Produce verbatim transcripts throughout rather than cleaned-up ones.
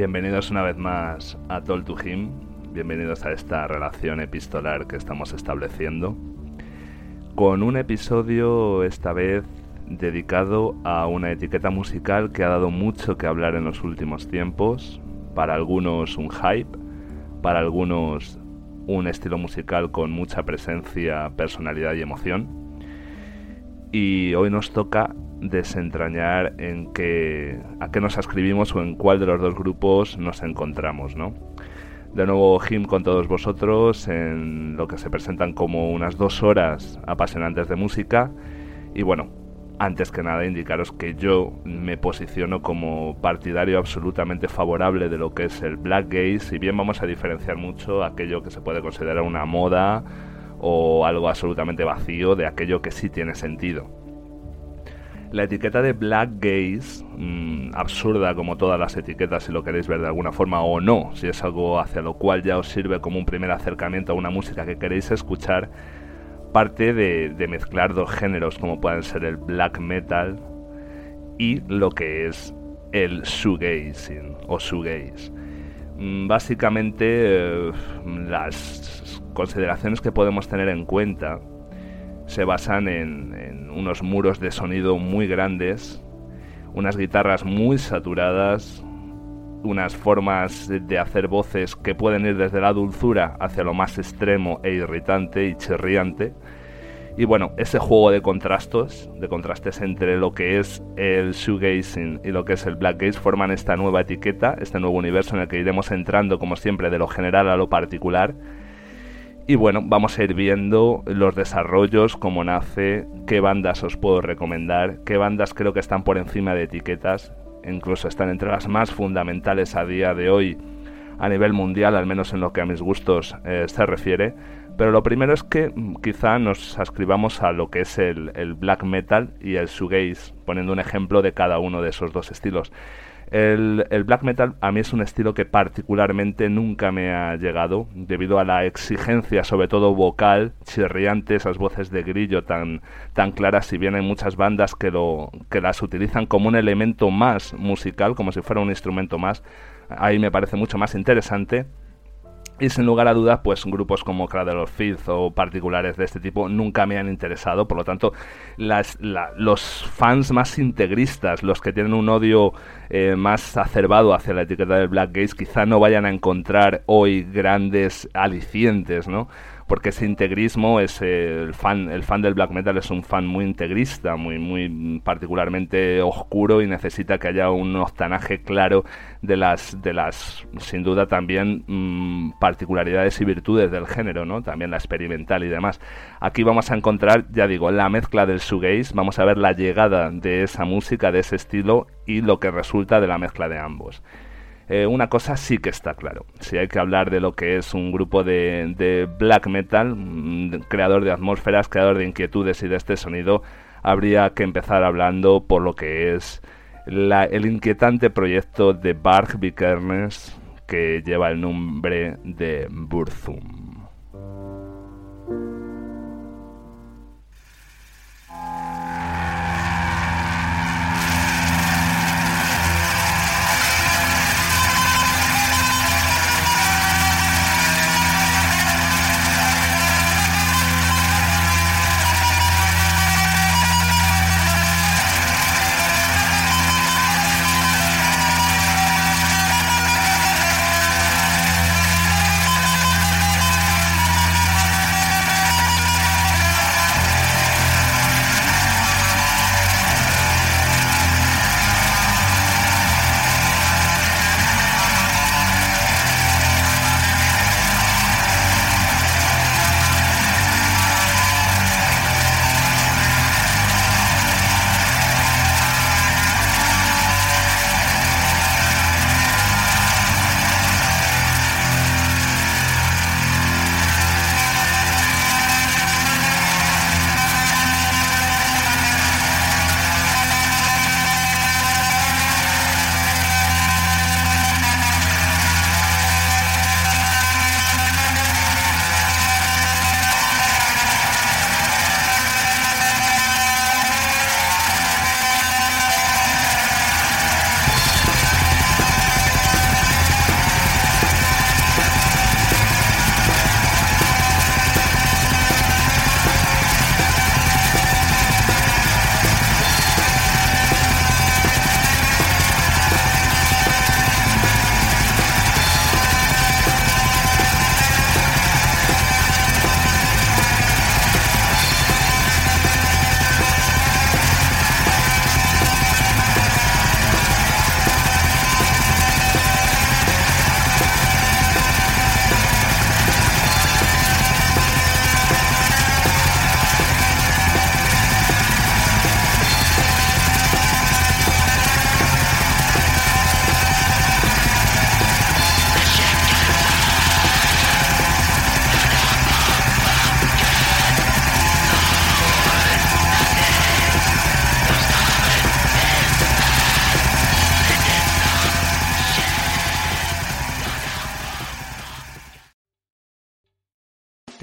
Bienvenidos una vez más a Talk to Him, bienvenidos a esta relación epistolar que estamos estableciendo, con un episodio esta vez dedicado a una etiqueta musical que ha dado mucho que hablar en los últimos tiempos, para algunos un hype, para algunos un estilo musical con mucha presencia, personalidad y emoción, y hoy nos toca desentrañar en qué, a qué nos ascribimos o en cuál de los dos grupos nos encontramos, ¿no? De nuevo Him con todos vosotros en lo que se presentan como unas dos horas apasionantes de música. Y bueno, antes que nada indicaros que yo me posiciono como partidario absolutamente favorable de lo que es el black gaze, si bien vamos a diferenciar mucho aquello que se puede considerar una moda o algo absolutamente vacío de aquello que sí tiene sentido. La etiqueta de black gaze, mmm, absurda como todas las etiquetas si lo queréis ver de alguna forma o no, si es algo hacia lo cual ya os sirve como un primer acercamiento a una música que queréis escuchar, parte de, de mezclar dos géneros como pueden ser el black metal y lo que es el shoegazing o shoegaze. Mm, básicamente eh, las consideraciones que podemos tener en cuenta se basan en, en unos muros de sonido muy grandes, unas guitarras muy saturadas, unas formas de hacer voces que pueden ir desde la dulzura hacia lo más extremo e irritante y chirriante. Y bueno, ese juego de contrastes, de contrastes entre lo que es el shoegazing y lo que es el black gaze forman esta nueva etiqueta, este nuevo universo en el que iremos entrando como siempre de lo general a lo particular. Y bueno, vamos a ir viendo los desarrollos, cómo nace, qué bandas os puedo recomendar, qué bandas creo que están por encima de etiquetas, incluso están entre las más fundamentales a día de hoy a nivel mundial, al menos en lo que a mis gustos eh, se refiere. Pero lo primero es que quizá nos ascribamos a lo que es el, el black metal y el shoegaze, poniendo un ejemplo de cada uno de esos dos estilos. El, el black metal a mí es un estilo que particularmente nunca me ha llegado, debido a la exigencia, sobre todo vocal, chirriante, esas voces de grillo tan, tan claras, si bien hay muchas bandas que, lo, que las utilizan como un elemento más musical, como si fuera un instrumento más. Ahí me parece mucho más interesante. Y sin lugar a dudas, pues grupos como Cradle of Filth o particulares de este tipo nunca me han interesado. Por lo tanto, las, la, los fans más integristas, los que tienen un odio eh, más acerbado hacia la etiqueta del black gaze, quizá no vayan a encontrar hoy grandes alicientes, ¿no? Porque ese integrismo es eh, el fan el fan del black metal es un fan muy integrista, muy muy particularmente oscuro, y necesita que haya un octanaje claro de las de las sin duda también mmm, particularidades y virtudes del género, ¿no? También la experimental y demás. Aquí vamos a encontrar, ya digo, la mezcla del shoegaze, vamos a ver la llegada de esa música, de ese estilo y lo que resulta de la mezcla de ambos. Eh, una cosa sí que está claro, si hay que hablar de lo que es un grupo de, de black metal, mm, creador de atmósferas, creador de inquietudes y de este sonido, habría que empezar hablando por lo que es la, el inquietante proyecto de Varg Vikernes, que lleva el nombre de Burzum.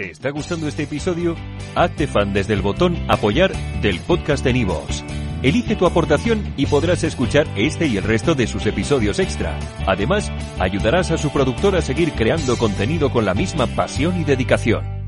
¿Te está gustando este episodio? Hazte fan desde el botón Apoyar del podcast de Nivos. Elige tu aportación y podrás escuchar este y el resto de sus episodios extra. Además, ayudarás a su productor a seguir creando contenido con la misma pasión y dedicación.